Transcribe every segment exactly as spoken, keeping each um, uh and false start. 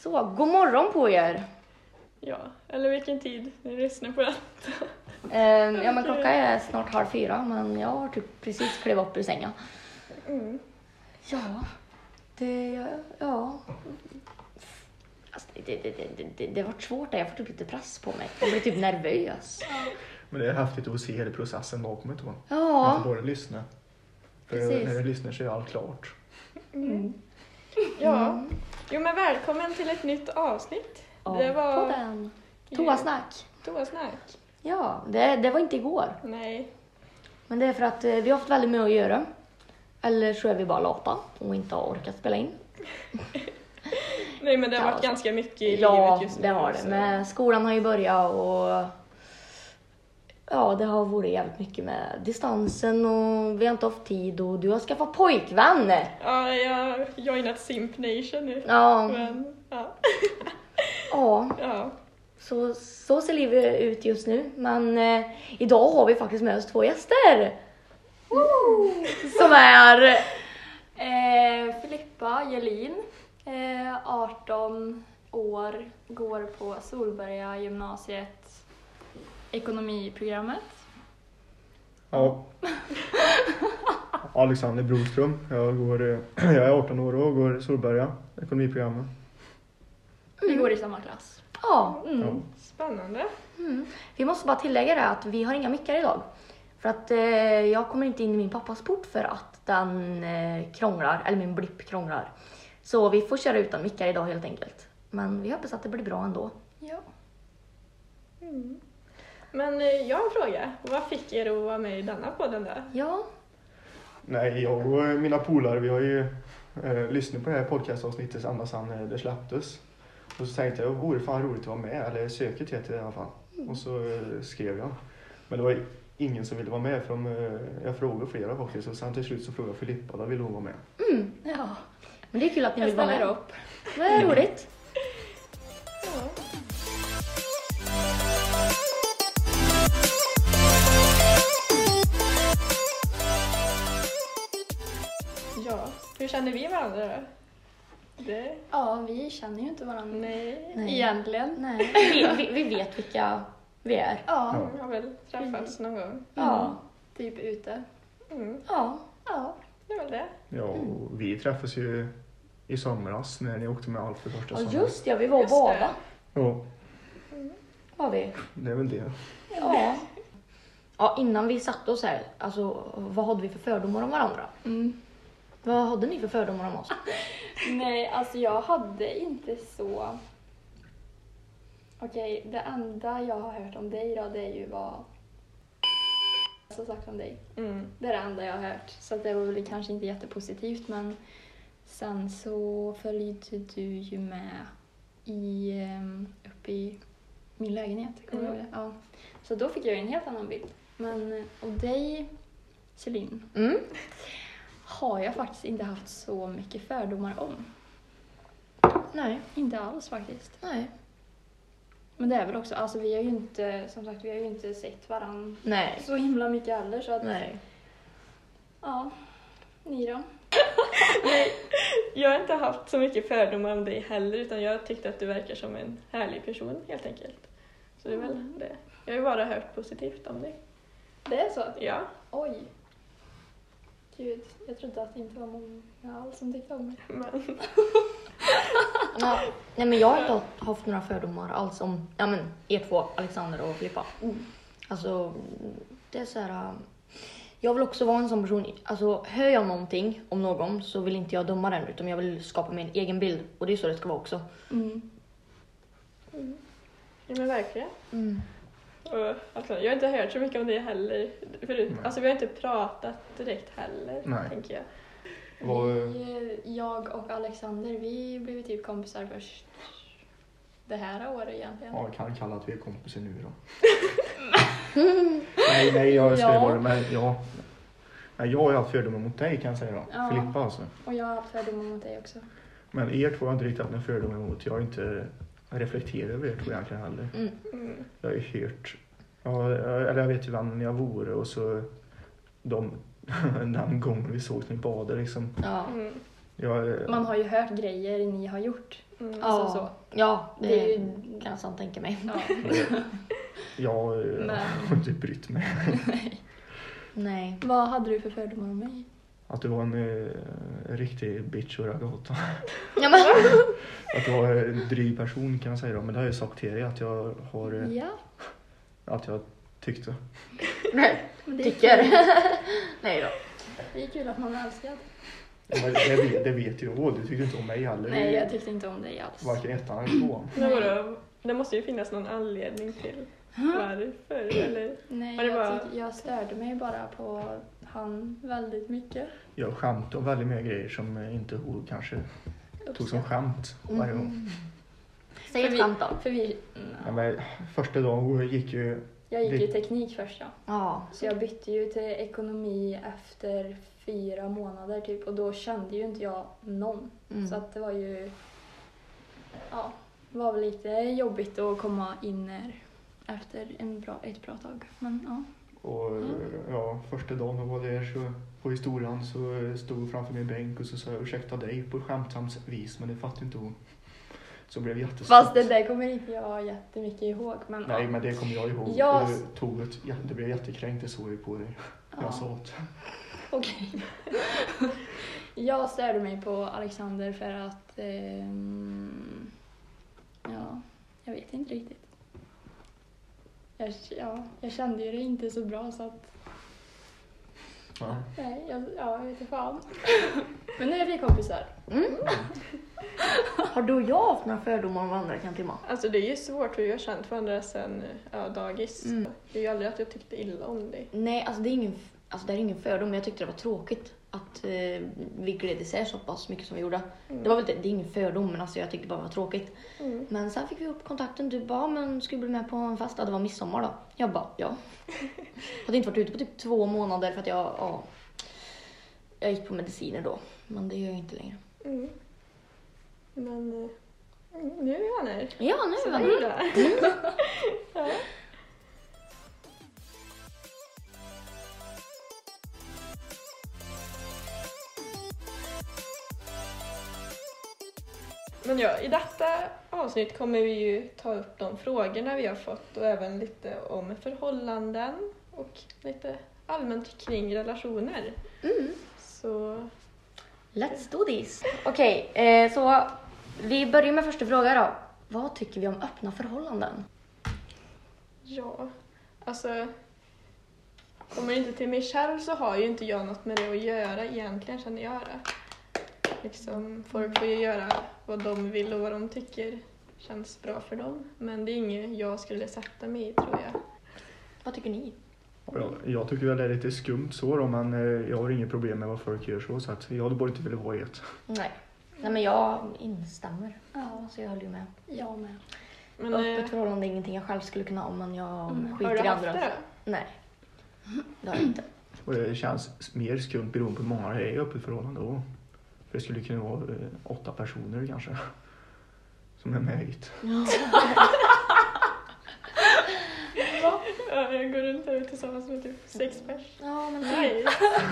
Så, god morgon på er. Ja, eller vilken tid ni lyssnar på det. Um, ja, men klockan är snart halv fyra, men jag har typ precis klivit upp ur sängen. Mm. Ja, det, ja. Alltså, det, det, det, det, det, det var svårt där, jag får typ lite press på mig. Jag blir typ nervös. Men det är häftigt att se hela processen bakom ett år. Ja. Inte bara lyssna. För Precis. när du lyssnar så är allt klart. Mm. Ja, jo men välkommen till ett nytt avsnitt. Ja, det var på den. Toasnack. Toasnack. Ja, det, det var inte igår. Nej. Men det är för att eh, vi har haft väldigt mycket att göra. Eller så är vi bara lata och inte har orkat spela in. Nej, men det har Ja, varit ganska mycket i Ja, livet just nu. det har det. så- Men skolan har ju börjat och ja, det har varit jävligt mycket med distansen och vi har inte haft tid och du har skaffat pojkvän. Ja, jag har joinat Simp Nation nu. Ja, Men, ja. ja. ja. Så, så ser livet ut just nu. Men eh, idag har vi faktiskt med oss två gäster. Woo! Som är... Eh, Filippa Jelin, eh, arton år, går på Solberga gymnasiet, ekonomiprogrammet. Ja. Alexander Broström. Jag, går, eh, jag är arton år och går Solberga, ekonomiprogrammet. Vi går i samma klass. Ja. Mm. Ja. Spännande. Mm. Vi måste bara tillägga det att vi har inga mickar idag. För att eh, jag kommer inte in i min pappas port för att den eh, krånglar, eller min blipp krånglar. Så vi får köra utan mickar idag helt enkelt. Men vi hoppas att det blir bra ändå. Ja. Mm. Men eh, jag har en fråga. Vad fick er att vara med i denna podden där? Ja. Nej, jag och mina polare, vi har ju eh, lyssnat på det här podcastavsnittet ända sedan eh, det släpptes. Och så tänkte jag, vore fan roligt att vara med, eller söker till det i alla fall. Och så eh, skrev jag. Men det var ingen som ville vara med, för de, eh, jag frågade flera faktiskt. Och sen till slut så frågade Filippa, då ville hon vara med. Mm. Ja. Men det är kul att ni Jag vill vara ställer med. upp. Det är roligt. Ja. Ja, hur känner vi varandra då? Det... Ja, vi känner ju inte varandra Nej. Nej. egentligen. Nej. Vi, vi, vi vet vilka vi är. Ja. Vi har väl träffats någon gång. Ja. Typ ute. Mm. Ja. Ja. Det är väl det. Ja, och vi träffades ju i somras när ni åkte med allt för första Ja, sommaren. just det. Vi var och Just det. bada. Ja, Var vi. det är väl det. Ja. Ja, innan vi satte oss här, alltså vad hade vi för fördomar om varandra? Mm. Vad hade ni för fördomar om oss? Nej, alltså jag hade inte så... Okej, det enda jag har hört om dig då, det är ju vad jag har sagt om dig. Mm. Det är det enda jag har hört. Så att det var väl kanske inte jättepositivt, men sen så följde du ju med i, um, upp i min lägenhet. Kommer Mm. du ihåg det? Ja. Så då fick jag ju en helt annan bild. Men eh, och dig, Celine, Mm. har jag faktiskt inte haft så mycket fördomar om. Nej, Inte alls faktiskt. nej. Men det är väl också, alltså vi har ju inte, som sagt, vi har ju inte sett varandra Nej. så himla mycket heller. Så att, Nej. ja, ni då? Jag har inte haft så mycket fördomar om dig heller, utan jag tyckte att du verkar som en härlig person helt enkelt. Så det är väl det. Jag har ju bara hört positivt om dig. Det är så? Ja. Oj. Gud, jag trodde att det inte var många alls som tyckte om mig. Men... Ja, nej, men jag har inte haft några fördomar alls om, ja men, er två, Alexander och Filippa. Mm. Alltså, det är så här. äh, Jag vill också vara en sån person, alltså hör jag någonting om någon så vill inte jag döma den, utan jag vill skapa min egen bild. Och det är så det ska vara också. Mm. Mm. Ja, men verkligen. Mm. Och, alltså, jag har inte hört så mycket om det heller förut. Nej. Alltså vi har inte pratat direkt heller, Nej. tänker jag. Vad, Vi, jag och Alexander, vi blev typ kompisar först det här året egentligen. ja, jag kan kalla att vi är kompisar nu då. nej, nej, jag ska Ja. vara det, men ja. Nej, jag har ju haft fördomar mot dig kan jag säga då. Ja. Filippa alltså. Och jag har haft fördomar mot dig också. Men er två har jag inte riktigt haft några fördomar mot. Jag har inte reflekterat över er två egentligen heller. Mm. Mm. Jag har ju hört, ja, eller jag vet ju vem jag vore och så de, den gången vi sågs när vi badade liksom. Ja. Mm. Jag, eh, Man har ju hört grejer ni har gjort. Mm. Ja, Alltså så. ja det, Det är ju- kan jag sant tänka mig. Ja. jag eh, Men- har inte brytt mig. Nej. Vad hade du för fördomar om mig? Att du var en eh, riktig bitch och ragata. Ja, men. Att du var en dryg person kan jag säga då. Men det har jag ju sagt till dig att jag har, eh, Ja. att jag tyckte. Nej, Men det är tycker. kul. Nej då. Det är kul att man är älskad. Men det, vet, det vet jag. Och du tyckte inte om mig heller. Nej, jag tyckte inte om dig alls. Varken ettan eller tvåan. Men vadå? Det måste ju finnas någon anledning till varför, eller? Nej, Var det jag, bara- tyck- jag störde mig bara på han väldigt mycket. Jag skämtade om väldigt mer grejer som eh, inte hon kanske tog som skämt varje gång. Mm. Säg För ett vi- skämt då. För vi... Ja, Mm, men första dagen hon gick ju... jag gick det- ju teknik först ja. Ja. Så jag bytte ju till ekonomi efter fyra månader typ och då kände ju inte jag någon. Mm. Så att det var ju... Ja, det var väl lite jobbigt att komma in här efter en bra, ett bra tag. Men ja. Och ja, första dagen hon var där så på historien så eh, stod hon framför min bänk och så sa jag ursäkta dig på skämtsamt vis men det fattade inte hon. Så blev jättestort. Fast det där kommer inte jag jättemycket ihåg. Men, Nej ja. men det kommer jag ihåg. Jag- Och det, tog ett, ja, det blev jättekränkt, det såg jag på dig. Ja. Jag sa åt. Okej. Jag störde mig på Alexander för att... ehm, ja, jag vet inte riktigt. Jag, ja, jag kände ju det inte så bra så att... Ja. Nej, jag, ja, jag vet inte fan. Men nu är vi kompisar. Har du och jag haft några fördomar om varandra kan Timma? Alltså det är ju svårt för vi har känt varandra sedan ja, dagis. Mm. Det är ju aldrig att jag tyckte illa om dig. Nej, alltså det är ingen, alltså det är ingen fördom, men jag tyckte det var tråkigt att eh, vi gled isär så pass mycket som vi gjorde. Mm. Det var väl det, det är ingen fördom, men alltså jag tyckte bara det var tråkigt. Mm. Men sen fick vi upp kontakten, du bara, men ska du bli med på en fest? Ja, det var midsommar då. Jag bara, ja. Hade inte varit ute på typ två månader för att jag, ja, jag gick på mediciner då. Men det gör jag inte längre. Mm. Men eh, mm, nu är vi vänner. Ja, nu Så är det vi är vänner. bra. Ja. Men ja, i detta avsnitt kommer vi ju ta upp de frågorna vi har fått och även lite om förhållanden och lite allmänt kring relationer. Mm. Så Let's do this. Okej, eh, så vi börjar med första frågan då. Vad tycker vi om öppna förhållanden? ja, alltså kommer inte till mig själv så har ju inte jag något med det att göra egentligen, känner jag det. Liksom, folk får ju göra vad de vill och vad de tycker känns bra för dem. Men det är inget jag skulle sätta mig i, tror jag. Vad tycker ni? Jag, jag tycker väl det är lite skumt så då, men eh, jag har inget problem med vad folk gör så. Så att jag hade bara inte velat vara i ett. Nej. Nej, men jag instämmer. Ja, Så jag håller ju med. jag med. Men Öppet eh, förhållande är ingenting jag själv skulle kunna ha, men jag Mm. har skiter du i haft andra. det? Nej, det har jag inte. Och det känns mer skumt beroende på hur många det är i öppet förhållande då. För det skulle kunna vara eh, åtta personer kanske. Som är med hit. Ja, jag går runt här tillsammans med typ sex pers. Ja, men Nej.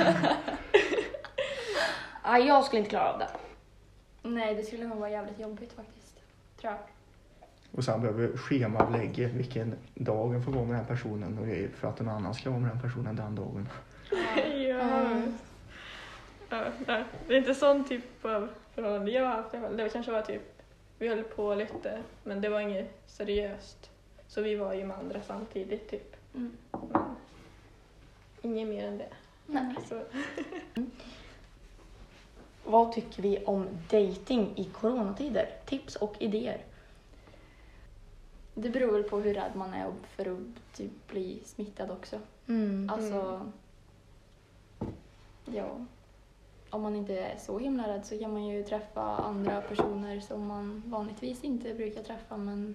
Nej, jag skulle inte klara av det. Nej, det skulle nog vara jävligt jobbigt faktiskt. Tror jag. Och sen behöver vi schemalägga vilken dag en får vara med den här personen och grejer för att någon annan ska vara med den personen den dagen. Ja. Mm. Ja, nej. Det är inte sån typ av förhållande jag har haft i alla fall. Det kanske var typ, vi höll på lite, men det var inget seriöst. Så vi var ju med andra samtidigt typ. Mm. Men inget mer än det. Nej. Så, Vad tycker vi om dating i coronatider? Tips och idéer. Det beror väl på hur rädd man är för att typ bli smittad också. Mm. Alltså, ja. Om man inte är så himla rädd så kan man ju träffa andra personer som man vanligtvis inte brukar träffa, men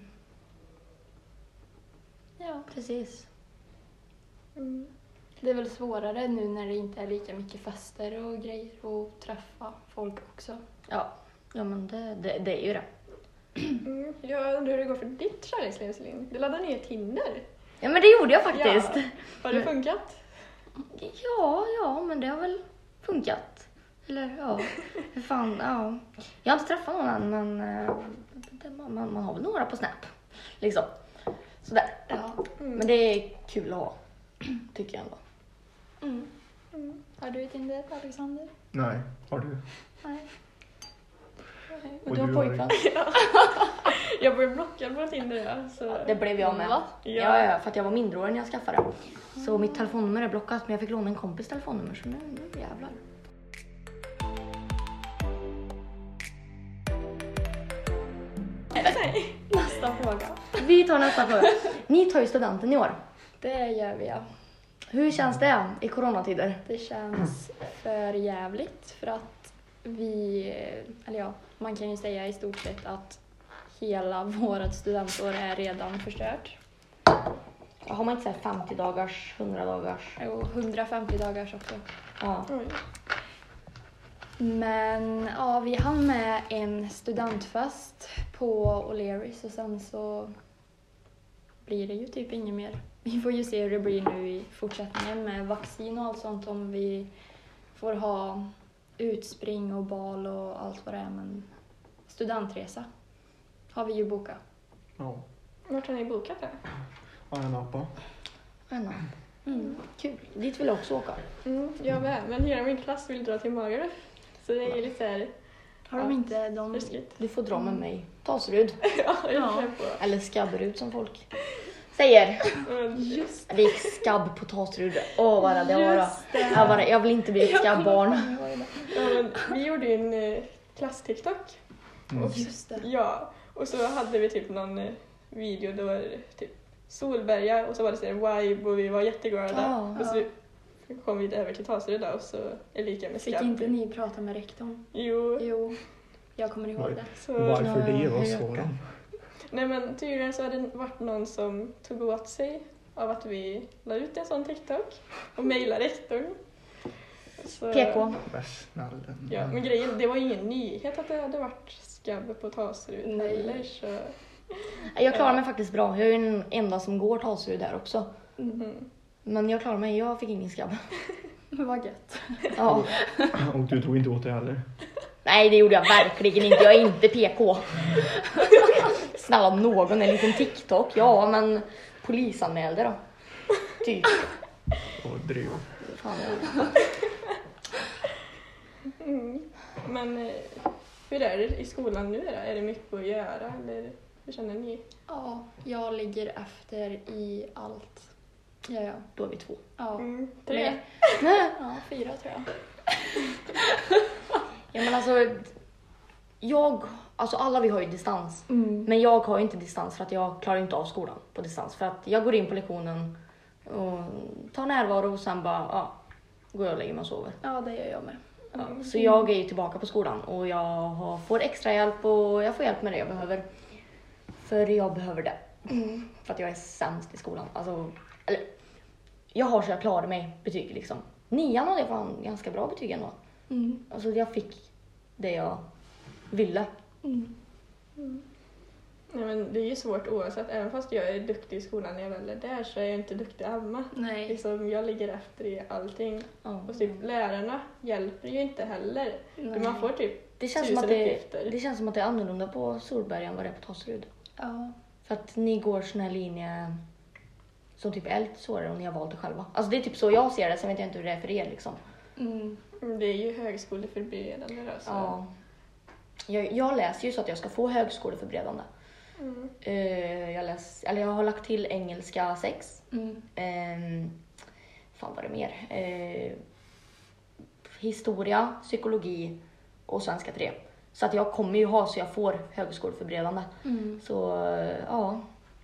ja. Precis. mm. Det är väl svårare nu när det inte är lika mycket fester och grejer och träffa folk också. Ja, ja men det, det, det är ju det. Mm. Jag undrar hur det går för ditt kärleksliv, Celine. Du laddade ner Tinder. Ja, men det gjorde jag faktiskt. Ja. Har det funkat? Ja, ja, men det har väl funkat. Eller ja, hur fan, ja. Jag har inte träffat någon än, men eh, man, man har väl några på Snap. Liksom. Sådär. Ja. Mm. Men det är kul att ha, tycker jag ändå. Mm. Mm. Har du Tinder, Alexander? Nej, har du? Nej. Och, Och du har du har- pojkvän? Jag blev blockad på Tinder, ja. Så... Det blev jag med. Va? Ja, Ja. ja, för att jag var mindreårig när jag skaffade det. Så mitt telefonnummer är blockat, men jag fick låna en kompis telefonnummer, så nu, nu jävlar. Nästa fråga. Vi tar nästa fråga. Ni tar ju studenten i år. Det gör vi, ja. Hur känns det i coronatider? Det känns för jävligt för att vi, eller ja, man kan ju säga i stort sett att hela vårt studentår är redan förstört. Har man inte så här femtio dagars, hundra dagars? Och hundrafemtio dagars också. Ja. Oj. Men ja, vi hann med en studentfest på O'Learys och sen så blir det ju typ inget mer. Vi får ju se hur det blir nu i fortsättningen med vaccin och allt sånt, om vi får ha utspring och bal och allt vad det är, men studentresa har vi ju bokat. Ja. Vart har ni bokat det? Ayia Napa. Men, Mm. kul. Dit vill jag också åka. Mm, jag med, men hela min klass vill dra till Magaluf. Så det är ju lite såhär Har de Ja. inte de... läskigt. Du får dra med mig. Tasrud. Ja, jag Ja. är på. Eller Skabberud som folk säger. Men, Just Det gick skabb på Tasrud. Åh vad rädd jag var då. Just det. Jag, bara, jag vill inte bli ett skabbbarn. ja, men, vi gjorde ju en eh, klass-TikTok. Mm. Just det. Ja, och så hade vi typ någon eh, video, då var det typ Solberga och så var det så här vibe och vi var jätteglada. Ja, och så kom vi över till Tasrud och så är det lika med Fick skabb. inte ni prata med rektorn? Jo, Jo, jag kommer ihåg Oj. det. så... Varför det? Ja, Vad hej, sa Jocke. de? Nej men tydligen så hade det varit någon som tog åt sig av att vi la ut en sån TikTok och mejlade rektorn. Så, P K. Men snälla. Ja, men grejen, det var ingen nyhet att det hade varit skabb på Tasrud Nej. heller, så... Jag klarar mig faktiskt bra. Jag är den enda som går Tasrud där också. Mm. Men jag klarar mig. Jag fick ingen skabb. Vad gött. Ja. Och du tog inte åt det heller? Nej, det gjorde jag verkligen inte. Jag är inte P K. Snälla någon, en liten TikTok. Ja, men polisanmälde då. Typ. Och drev. Fan, ja. Mm. Men eh, hur är det i skolan nu då? Är det mycket att göra eller hur känner ni? Ja, jag ligger efter i allt. Ja, ja. Då är vi två. Ja, Mm. Tre? Nej. ja fyra tror jag. Ja, men alltså, jag, alltså alla vi har ju distans. Mm. Men jag har ju inte distans för att jag klarar inte av skolan på distans. För att jag går in på lektionen och tar närvaro och sen bara, ja, går jag och lägger mig och sover. Ja, det gör jag med. Ja, så jag är ju tillbaka på skolan och jag har, får extra hjälp och jag får hjälp med det jag behöver. För jag behöver det. Mm. För att jag är sämst i skolan. Alltså, eller, jag har så jag klarar mig betyg liksom. Nian hade jag fan ganska bra betyg ändå. Mm. Alltså jag fick det jag ville. Mm. Nej, men det är ju svårt oavsett. Även fast jag är duktig i skolan när jag väl är där så är jag inte duktig hemma. Nej. Liksom, jag ligger efter i allting. Ja. Och typ lärarna hjälper ju inte heller. Nej. Man får typ Det känns, som tusen att det, uppgifter. det känns som att det är annorlunda på Solberg än vad det är på Tasrud. Ja. För att ni går sån här linje som typ är lite svårare och ni har valt det själva. Alltså det är typ så jag ser det, sen vet jag inte hur det är för er liksom. Mm. Mm, det är ju högskoleförberedande då. Så. Ja. Jag, jag läser ju så att jag ska få högskoleförberedande. Mm. Uh, jag, läs, eller jag har lagt till engelska sex. Mm. Um, fan vad är det mer? Uh, historia, psykologi och svenska tre. Så att jag kommer ju ha så jag får högskoleförberedande. Mm. Så uh, ja.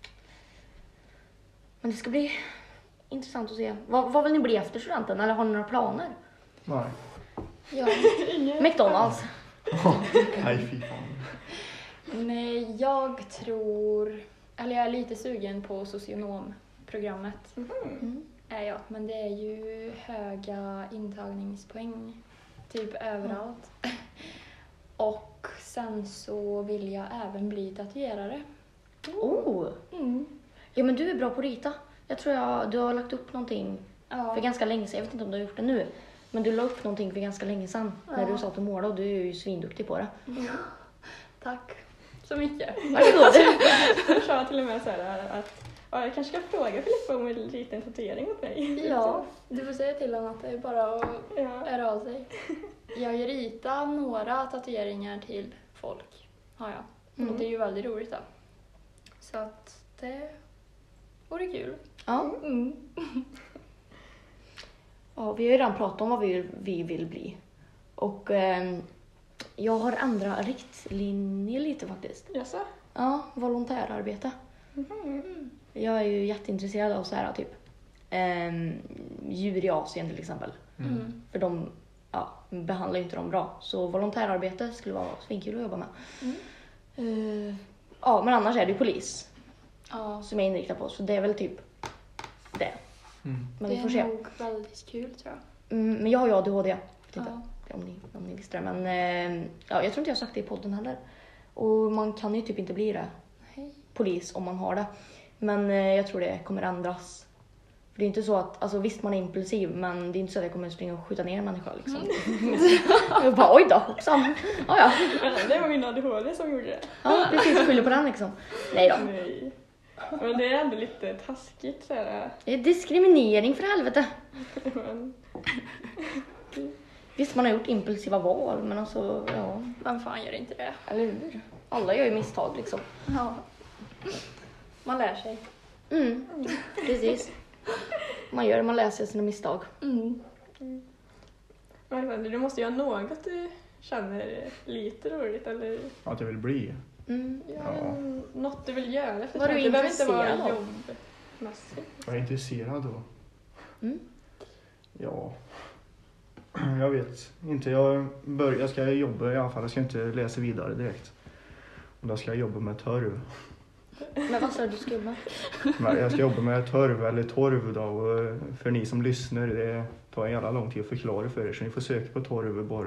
Men det ska bli intressant att se. Vad, vad vill ni bli efter studenten? Eller har ni några planer? Nej. Ja. McDonalds. Nej, fy fan. Nej, jag tror... Eller jag är lite sugen på socionomprogrammet. Mm. Är jag, men det är ju höga intagningspoäng typ överallt. Och sen så vill jag även bli tatuerare. Oh. Mm. Ja men du är bra på att rita. Jag tror jag, du har lagt upp någonting Ja. för ganska länge sedan. Jag vet inte om du har gjort det nu. Men du la upp någonting för ganska länge sedan. Ja. När du sa att du målade och du är ju svinduktig på det. Tack så mycket. Varsågod. Jag sa till och med så här att ja, jag kanske ska fråga Filippa om hon vill rita en tatuering åt mig. Ja, du får säga till honom att det är bara att Ja. höra av sig. Jag har ju ritat några tatueringar till folk. Har jag. Mm. Och det är ju väldigt roligt då. Så att det vore kul. Ja. Mm. Ja, vi har ju redan pratat om vad vi vill, vi vill bli. Och eh, jag har ändrat riktlinjer lite faktiskt. Jaså? Ja, volontärarbete. Mhm. Jag är ju jätteintresserad av så här typ eh, djur i Asien till exempel. Mm. För de ja, behandlar ju inte dem bra. Så volontärarbete skulle vara svinkul att jobba med. Mm. Eh, ja, men annars är det ju polis Ja, som jag är inriktad på. Så det är väl typ det. Mm. Men det vi får är se. nog väldigt kul tror jag. Mm, men jag har ju A D H D. Jag vet inte Ja. om, ni, om ni visste det. Men eh, ja, jag tror inte jag har sagt det i podden heller. Och man kan ju typ inte bli det. Hej. Polis om man har det. Men eh, jag tror det kommer ändras. För det är inte så att, alltså visst man är impulsiv, men det är inte så att jag kommer springa och skjuta ner en människa liksom. Jag bara oj då, hoppsan. Ja, ja. Det var min A D H D som gjorde det. Ja, precis, skyller på den liksom. Nej då. Nej. Men det är ändå lite taskigt så här. Det är diskriminering för helvete. Men, Visst man har gjort impulsiva val, men alltså, ja. Vem fan gör inte det? Eller hur? Alla gör ju misstag liksom. Ja. Man lär sig. Mm, precis. Man gör det, man läser sina misstag. Mm. men du måste ju ha något du känner lite roligt eller Att jag vill bli. Mm. ja, Ja. något du vill göra. För Vad är du det behöver inte vara intresserad av? jobbmässigt. Jag är intresserad då. Mm. Ja. Jag vet inte. Jag, bör, jag ska jobba i alla fall. Jag ska inte läsa vidare direkt. Och då ska jag jobba med törv. Men vad sa du ska jobba? Men jag ska jobba med törv eller torv då. Och för ni som lyssnar, det tar en jävla lång tid att förklara för er. Så ni får söka på torv bara.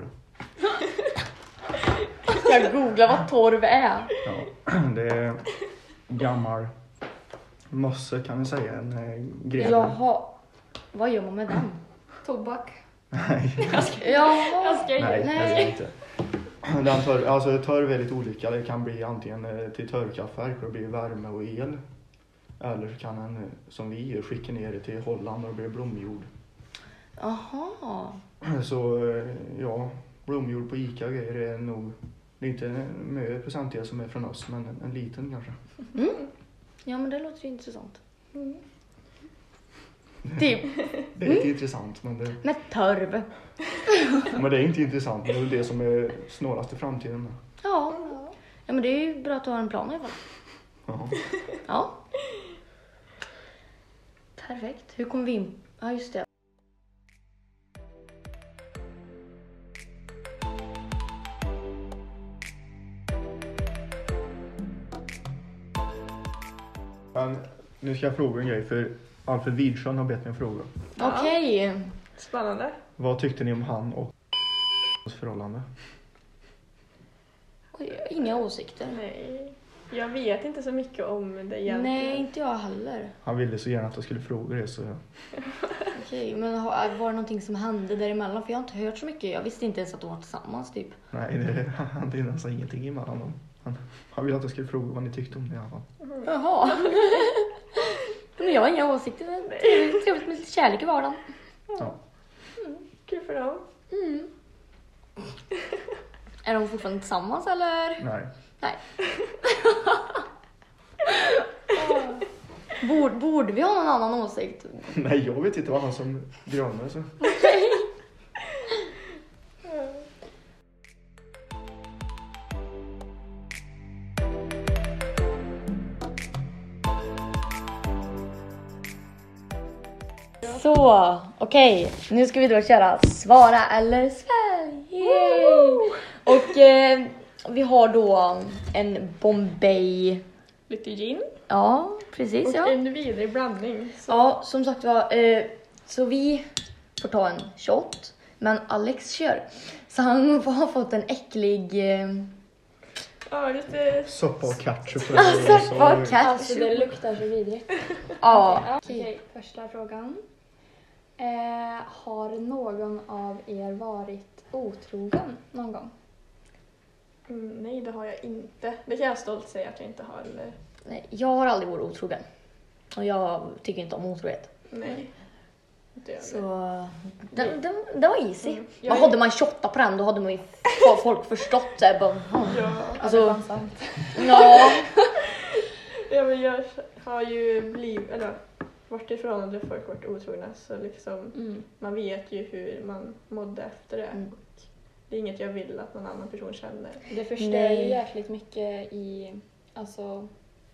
Jag googlar vad torv är. Ja, det är gammal mosse kan vi säga. En eh, gren. Jaha. Vad gör man med den? Tobak. Nej. Jaha. Jag ska Nej, ju. det är det inte. Den törv, alltså törv är lite olika. Det kan bli antingen eh, till törvkraftverk och det blir värme och el. Eller så kan den, eh, som vi gör, skicka ner det till Holland och det blir blomjord. Jaha. Så eh, ja, blomjord på Ica och grejer är nog, det är inte en mycket procentdel som är från oss, men en, en liten kanske. Mm. Ja, men det låter ju intressant. Mm. Typ Det är inte intressant, men det, med törv. men det är inte intressant. Det är väl det som är snårast i framtiden. Ja. Ja, men det är ju bra att du har en plan i alla fall. Ja. Ja. Perfekt. Hur kom vi in? Ja, just det. Men nu ska jag fråga en grej, för Alfred Widsjön har bett mig en fråga. Ja. Okej. Spännande. Vad tyckte ni om han och förhållande? Oj, jag har inga åsikter. Nej. Jag vet inte så mycket om det egentligen. Nej, inte jag heller. Han ville så gärna att jag skulle fråga det, så jag... Okej, men har- var det någonting som hände däremellan? För jag har inte hört så mycket. Jag visste inte ens att de var tillsammans typ. Nej, det, han det är nästan ingenting emellan dem. Han, han ville att jag skulle fråga vad ni tyckte om det i alla fall. Jaha. Men jag har inga åsikter. Trevligt, trevligt med lite kärlek i vardagen. Ja. Kul för dem. Mm. Är de fortfarande tillsammans eller? Nej. Nej. Borde, borde vi ha någon annan åsikt? Nej, jag vet inte vad han som grönar så. Så, okej. Nu ska vi då köra svara eller svälj. Yay! Och eh, vi har då en Bombay. Lite gin. Ja, precis Och ja. en vidrig blandning. Så. Ja, som sagt var, eh, så vi får ta en shot, men Alex kör. Så han har fått en äcklig... Eh, Ja, lite... Soppa och ketchup. Soppa och ketchup. Alltså det luktar så vidrigt. ja. Okej, första frågan. Eh, har någon av er varit otrogen någon gång? Mm, nej, det har jag inte. Det kan jag stolt säga att jag inte har. Eller... Nej, jag har aldrig varit otrogen. Och jag tycker inte om otrohet. Nej. Det gör Så det. den, den, den var easy. Mm. Jag Man är- hade man tjottat på den, då hade man ju f- folk förstått. Så här, bara, "Hm." Ja. Alltså, Ja, sant. ja. Ja, men jag har ju blivit, eller varit i förhållande där folk varit otrogna, så liksom Mm. man vet ju hur man mådde efter det. Mm. Och det är inget jag vill att någon annan person känner. Det förstör Nej. ju jäkligt mycket i, alltså,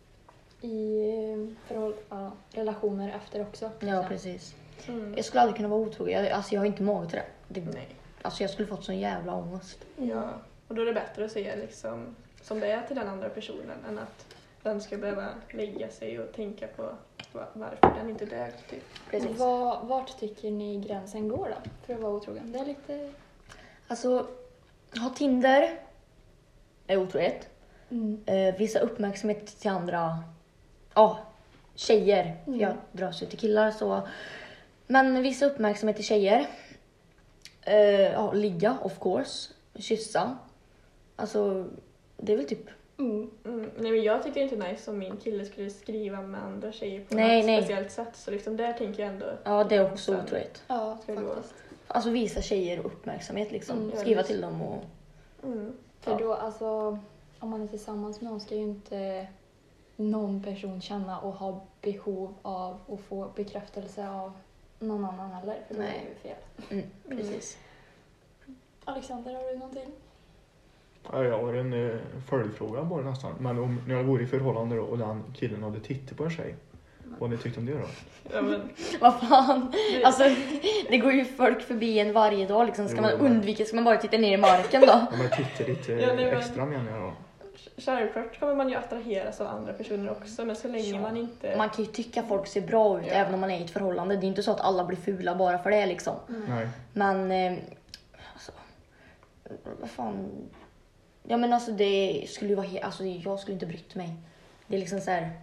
i förhåll, ja, relationer efter också. Ja, liksom. precis. Mm. Jag skulle aldrig kunna vara otrogen. Jag, alltså, jag har inte mage till det. det Nej. alltså, jag skulle fått sån jävla ångest. Ja. Och då är det bättre att säga liksom som det är till den andra personen än att den ska behöva lägga sig och tänka på va- varför den inte dög. Typ. Precis. Var, vart tycker ni gränsen går då för att vara otrogen? Det är lite... Alltså, ha Tinder är otrohet. Mm. Eh, visa uppmärksamhet till andra, ja, tjejer. Mm. För jag dras ju till killar så. Men visa uppmärksamhet till tjejer. Eh, ja, ligga, of course. Kyssa. Alltså, det är väl typ. Mm. Mm. Nej, men jag tycker inte det är nice om min kille skulle skriva med andra tjejer på Nej, något nej. speciellt sätt. Så liksom där tänker jag ändå... Ja, det är också Sen- otrohet. Ja, Ska det vara? faktiskt. Alltså visa tjejer uppmärksamhet liksom. Mm. Skriva till dem och... Mm. För Ja. då, alltså, om man är tillsammans med någon ska ju inte någon person känna och ha behov av att få bekräftelse av någon annan heller. För det är Nej. ju fel. Mm, precis. Alexander, har du någonting? Ja, jag har en eh, följdfråga bara nästan. Men om ni hade varit i förhållande då och den killen hade tittat på en tjej. Vad hade ni tyckt om det då? Ja, men, Vad fan. det, Alltså, det går ju folk förbi en varje dag liksom. Ska Jo, man men- undvika, ska man bara titta ner i marken då? Om jag tittar lite Ja, det var- extra menar jag då. självklart kommer man ju attraheras av andra personer också, men så länge Ja. man inte... Man kan ju tycka folk ser bra ut Ja. även om man är i ett förhållande. Det är inte så att alla blir fula bara för det liksom. Nej. Men, eh, alltså, vad fan. Ja men alltså det skulle ju vara he- alltså jag skulle inte brytt mig. Det är liksom så här,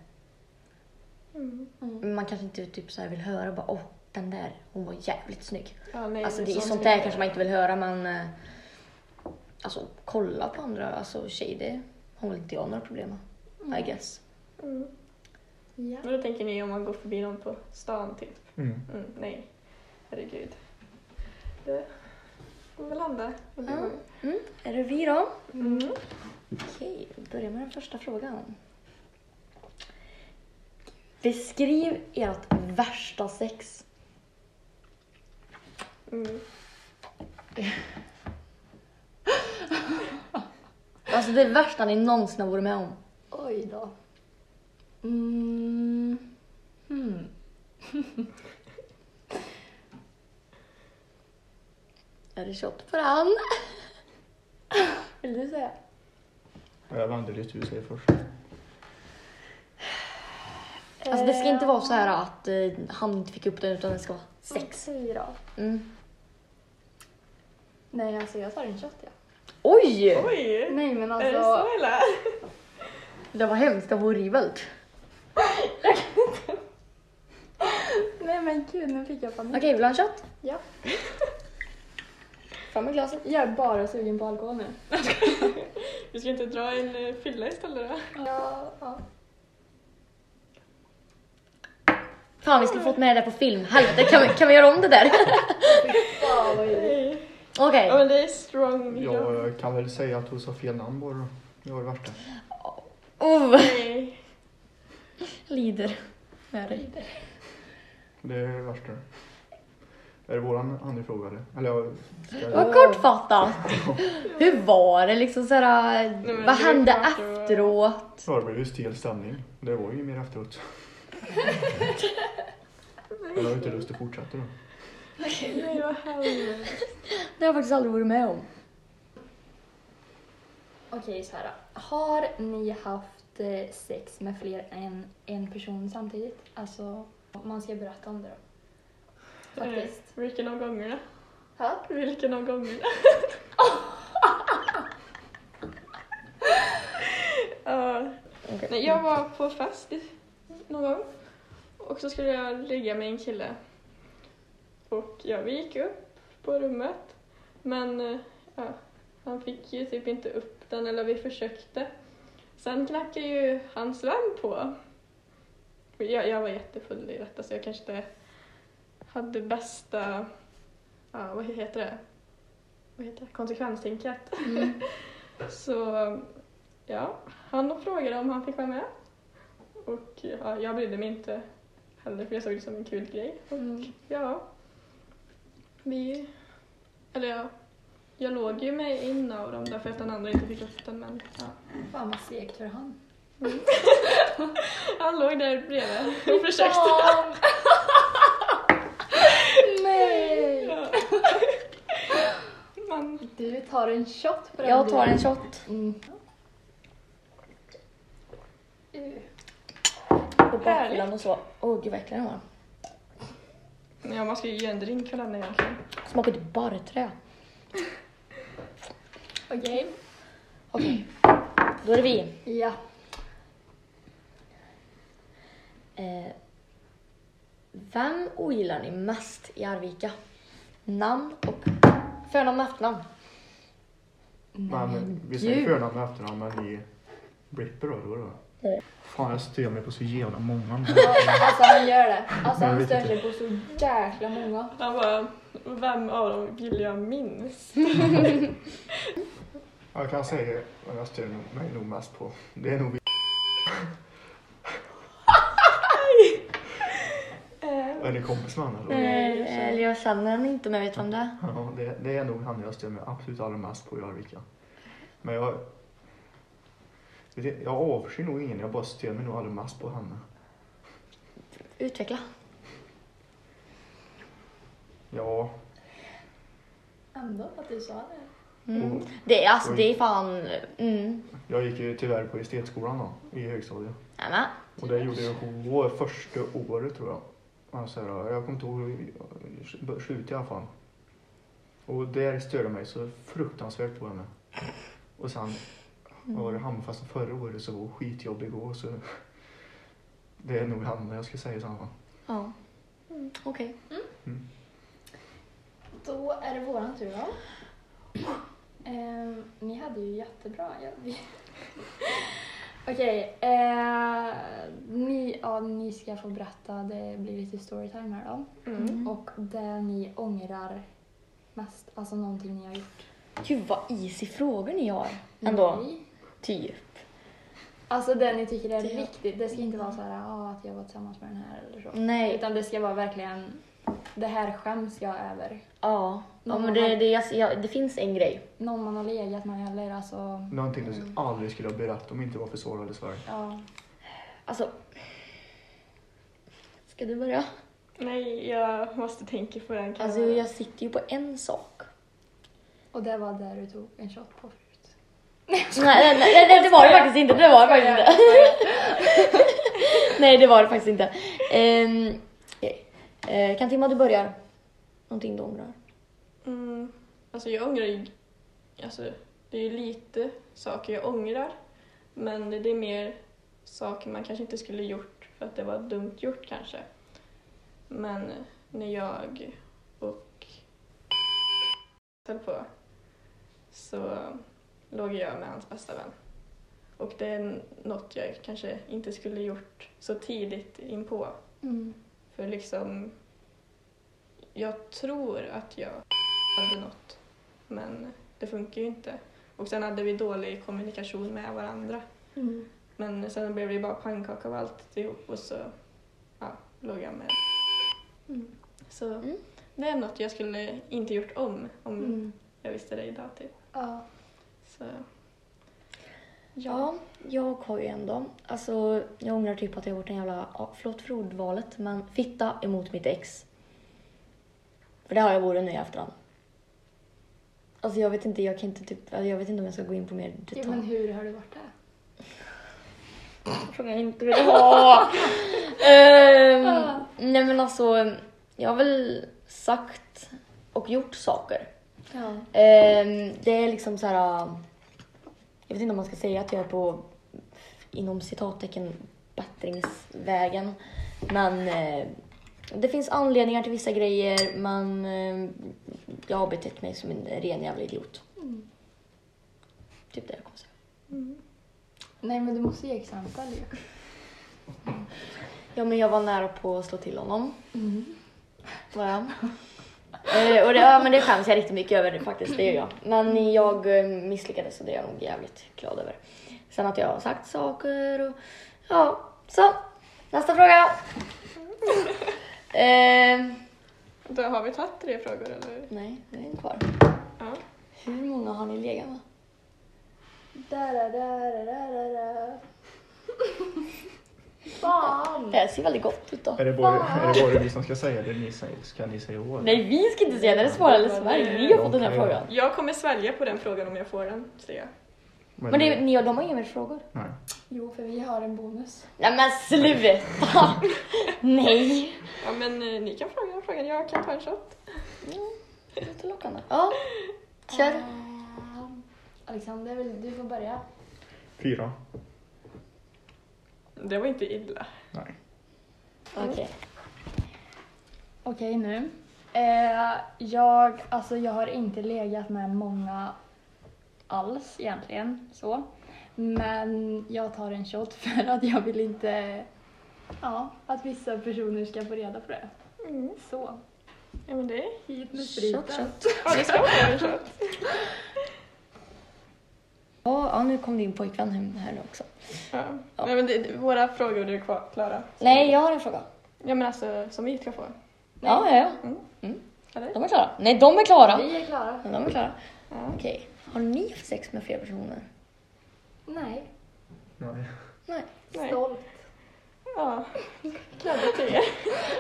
Mm. Mm. man kanske inte typ så här vill höra bara, åh den där, hon var jävligt snygg. Ja, nej, Alltså men det är sånt sånt ska där jag kanske man inte vill höra men, eh, alltså kolla på andra, alltså tjej det har väl inte jag några problem med, I guess. Mm. Ja. Men då tänker ni om man går förbi någon på stan typ? Mm. Mm, nej, herregud. Det får väl hända. Och det Ja. var- Mm. Är det vi då? Mm. Okej, vi börjar med den första frågan. Beskriv ert värsta sex. Mm. Alltså det värsta ni någonsin har varit med om. Oj då. Mm. Hmm. Är det shot på den? Vill du säga? Jag vänder lite, du säger först. Alltså det ska inte vara så här att eh, han inte fick upp den utan det ska vara sex. Okej då. Mm. Nej, alltså jag tar en shot, ja. Oj! Oj! Nej, men Är det alltså... så illa? Det var hemskt, det var horribelt. Nej, men gud, nu fick jag panik. Okej, vill du ha en shot? Ja. Fram med glaset. Jag är bara sugen på alkohol nu. Vi ska inte dra en eh, fylla istället då? Ja, ja. Fan, vi skulle fått med det där på film. Helvete, kan vi, kan vi göra om det där? Fan, vad är det? Nej. Okej. Ja, men det är strong. Jag kan väl säga att du sa fel namn bara. Det var det värsta. Oh, Nej. lider med dig. Det är det värsta. Är det våran andra fråga eller? Eller jag ska... Vad kortfattat. Hur var det liksom såhär, Nej, men vad det är hände klart det var- efteråt? Ja, det blev ju stel stämning. Det var ju mer efteråt. Jag har inte lust att fortsätta då. Nej, vad helvete. Det har jag faktiskt aldrig varit med om. Okej, så här. Har ni haft eh, sex med fler än en person samtidigt? Alltså, man ska berätta om det då. Faktiskt. Eh, Vilken av gångerna? Ha? Vilken av gångerna? Ja. Okay. Nej, jag var på fest i- någon gång och så skulle jag ligga med en kille. Och ja, vi gick upp på rummet. Men eh, ja, han fick ju typ inte upp den, eller vi försökte. Sen knackade ju hans vän på. Jag, jag var jättefull i detta så jag kanske inte hade bästa, ja, vad heter det? Vad heter det? Konsekvenstänket. Mm. Så ja, han frågade om han fick vara med. Och ja, jag brydde mig inte heller för jag såg det som en kul grej. Och Mm. ja, vi, eller ja, jag låg ju med en av dem därför att den andra inte fick upp den, men ja. Fan vad segt för han. Han låg där bredvid och försökte. Fan. Nej! Ja. Men Du tar en shot på den. Jag tar en bilen. shot. Mm. Uh. På bakfyllan och så. Åh oh, gud vad äcklig den var. ja, man ska ju ge en drink för den egentligen. Smakar typ barrträ. Okej. Okej, då är det vi. Ja. Eh, vem ogillar ni mest i Arvika? Namn och förnamn och efternamn. Men vi säger förnamn och efternamn, men vi blipper då, då då. Nej. Fan, jag stör mig på så jävla många. Ja, alltså han gör det. Alltså Jag han vet stör inte. sig på så jäkla många. Han bara, vem av dem vill jag minst? Jag kan säga vad jag stör mig nog mest på. Det är nog vi. Är det kompis med honom? Eller? Eh, eller jag känner den inte men jag vet vem det är. Ja, det, det är nog han jag stör mig absolut allra mest på i Arvika. Men jag... vet inte, Jag avskyr nog ingen, jag bara stör mig nog allra mest på henne. Utveckla. Ja, Ändå att du sa det. Mm. Och- Det är alltså, Oj. det är fan... Mm. jag gick ju tyvärr på estetskolan då, i högstadiet. Nämen. Och det gjorde jag på första året tror jag. Alltså, jag kommer inte ihåg slut i alla fall. Och där störde mig så fruktansvärt på henne. Och sen Mm. var det hamnfesten förra året så var skitjobb igår så det är nog han jag ska säga samma. Ja. Mm. Okej. Mm. Då är det våran tur då. Ehm, ni hade ju jättebra. Ja, vi... Okej, eh, ni, ja, ni ska få berätta, det blir lite storytime här då. Mm. Och det ni ångrar mest, alltså någonting ni har gjort. Gud vad easy frågor ni har. Ändå. Nej. Typ. Alltså det ni tycker är Det- viktigt, det ska inte vara så här, ah, att jag var tillsammans med den här eller så. Nej. Utan det ska vara verkligen, det här skäms jag över. Ja. Ja Någon men det, har- det, jag, jag, det finns en grej. Någon man har legat med eller alltså, Någonting du aldrig skulle ha berättat om inte var för Sara eller Sverige. ja. Alltså. Ska du börja? Nej, jag måste tänka på den. Kan Alltså jag- jag sitter ju på en sak. Och det var där du tog en shot på förut. Nej, nej, nej, nej det var det faktiskt inte. Det var det faktiskt inte. Nej, det var det faktiskt inte. Um, okay. uh, kan Timma du börjar? Någonting du ångrar? Mm, alltså jag ångrar ju, alltså det är ju lite saker jag ångrar. Men det är mer saker man kanske inte skulle gjort för att det var dumt gjort kanske. Men när jag och höll på så låg jag med hans bästa vän. Och det är något jag kanske inte skulle gjort så tidigt inpå. Mm. För liksom, jag tror att jag hade något, men det funkar ju inte. Och sen hade vi dålig kommunikation med varandra. Mm. Men sen blev det ju bara pannkaka av allt ihop och så ja, låg jag med. Mm. Så Mm. det är något jag skulle inte gjort om, om Mm. jag visste det idag typ. Ja. Så Ja, jag har ju ändå. Alltså, jag ångrar typ att jag har gjort en jävla, ja, förlåt för ordvalet, men fitta emot mitt ex. För det har jag varit nu i efterhand. Alltså jag vet inte, jag kan inte typ, alltså, jag vet inte om jag ska gå in på mer Jo, detalj. men hur har du varit där? Frågan jag inte vill ha. um, nej men alltså, jag har väl sagt och gjort saker. Ja. Ehm, det är liksom så här. Jag vet inte om man ska säga att jag är på inom citattecken bättringsvägen. Men eh, det finns anledningar till vissa grejer, men eh, jag har betett mig som en ren jävla idiot. Mm. Typ det jag kommer säga. Mm. Nej, men du måste ge exempel. Ja, men jag var nära på att slå till honom. Mm. Var jag. eh, och det, ja, men det skäms jag riktigt mycket över det faktiskt, det gör jag. Men jag eh, misslyckades och det är jag nog jävligt glad över. Sen att jag har sagt saker och ja, så. Nästa fråga. eh, Då har vi tagit tre frågor eller? nej, det är inte kvar. Ja. Hur många har ni legat med? Där, där, där, där, där. Fan! Det ser väldigt gott ut då. Är det bara, är det bara vi som ska säga det? Ni säger, ska ni säga år? Nej, vi ska inte säga det. Det svarar eller Sverige. Ni har fått den här Okej. frågan. Jag kommer svälja på den frågan om jag får den, säger jag. Men det, ni, de har inga mer frågor. Nej. Jo, för vi har en bonus. Nej men sluta! Nej. Ja, men eh, ni kan fråga frågan. Jag kan ta en shot. Ja, lite lockande. Ja, kör. Uh, Alexander, vill du får börja. Fyra. Det var inte illa. Nej. Okej. Okej, nu. Eh, jag, alltså jag har inte legat med många alls egentligen, så. Men jag tar en shot för att jag vill inte, ja, att vissa personer ska få reda på det. Mm. Så, Ja, men det är... hit med spriten. Shot, shot. Ja, det ska vara en shot. Ja, ja, nu kom din pojkvän hem här nu också. Ja. Ja. Nej, men det, våra frågor är kvar, klara. Nej, jag har en fråga. Ja, men alltså, som vi ska få. Ja, ja, ja. Mm. Mm. Eller? De är klara. Nej, de är klara. Vi är klara. De är klara. Ja. Okej. Har ni haft sex med fler personer? Nej, Nej. Nej. Nej. stolt. Ja, kläder till er.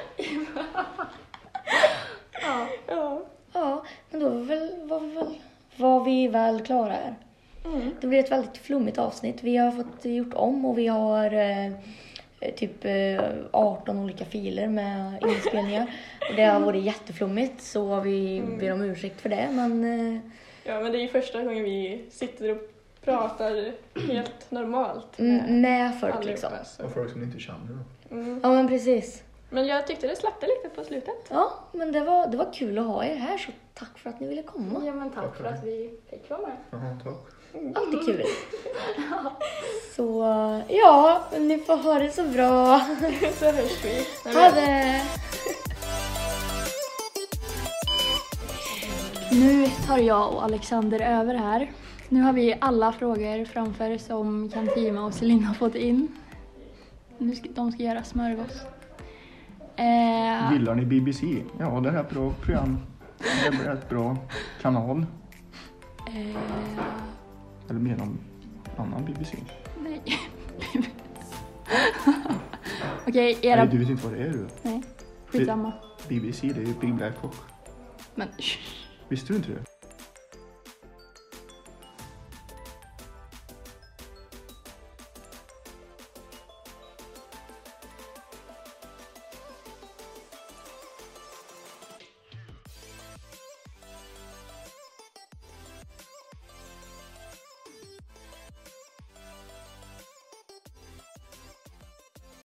Ja. Ja. Ja, men då var, väl, var, vi väl, var vi väl klara här. Mm. Det blir ett väldigt flummigt avsnitt. Vi har fått gjort om och vi har eh, typ eh, arton olika filer med inspelningar. Och det har varit jätteflummigt, så vi Mm. ber om ursäkt för det. Men eh, Ja, men det är ju första gången vi sitter och pratar helt normalt m- med folk allihopa, liksom. så. Och folk som ni inte känner då. Mm. Ja, men precis. Men jag tyckte det släppte lite på slutet. Ja, men det var, det var kul att ha er här, så tack för att ni ville komma. Ja, men tack för att vi fick vara med. Jaha, tack. Alltid kul. Så ja, ni får ha det så bra. Så hörs vi. Ha det! Nu tar jag och Alexander över här. Nu har vi alla frågor framför som Kantima och Celine har fått in. Nu ska, de ska göra smörgås. Eh, Gillar ni B B C? Ja, det här är ett bra program. Det är ett bra kanal. eh, Eller mer om annan B B C. nej. Okej, era... Nej, du vet inte vad det är du. Nej, skitsamma. B B C, det är ju Big Black Cock. Men... Visste du inte det?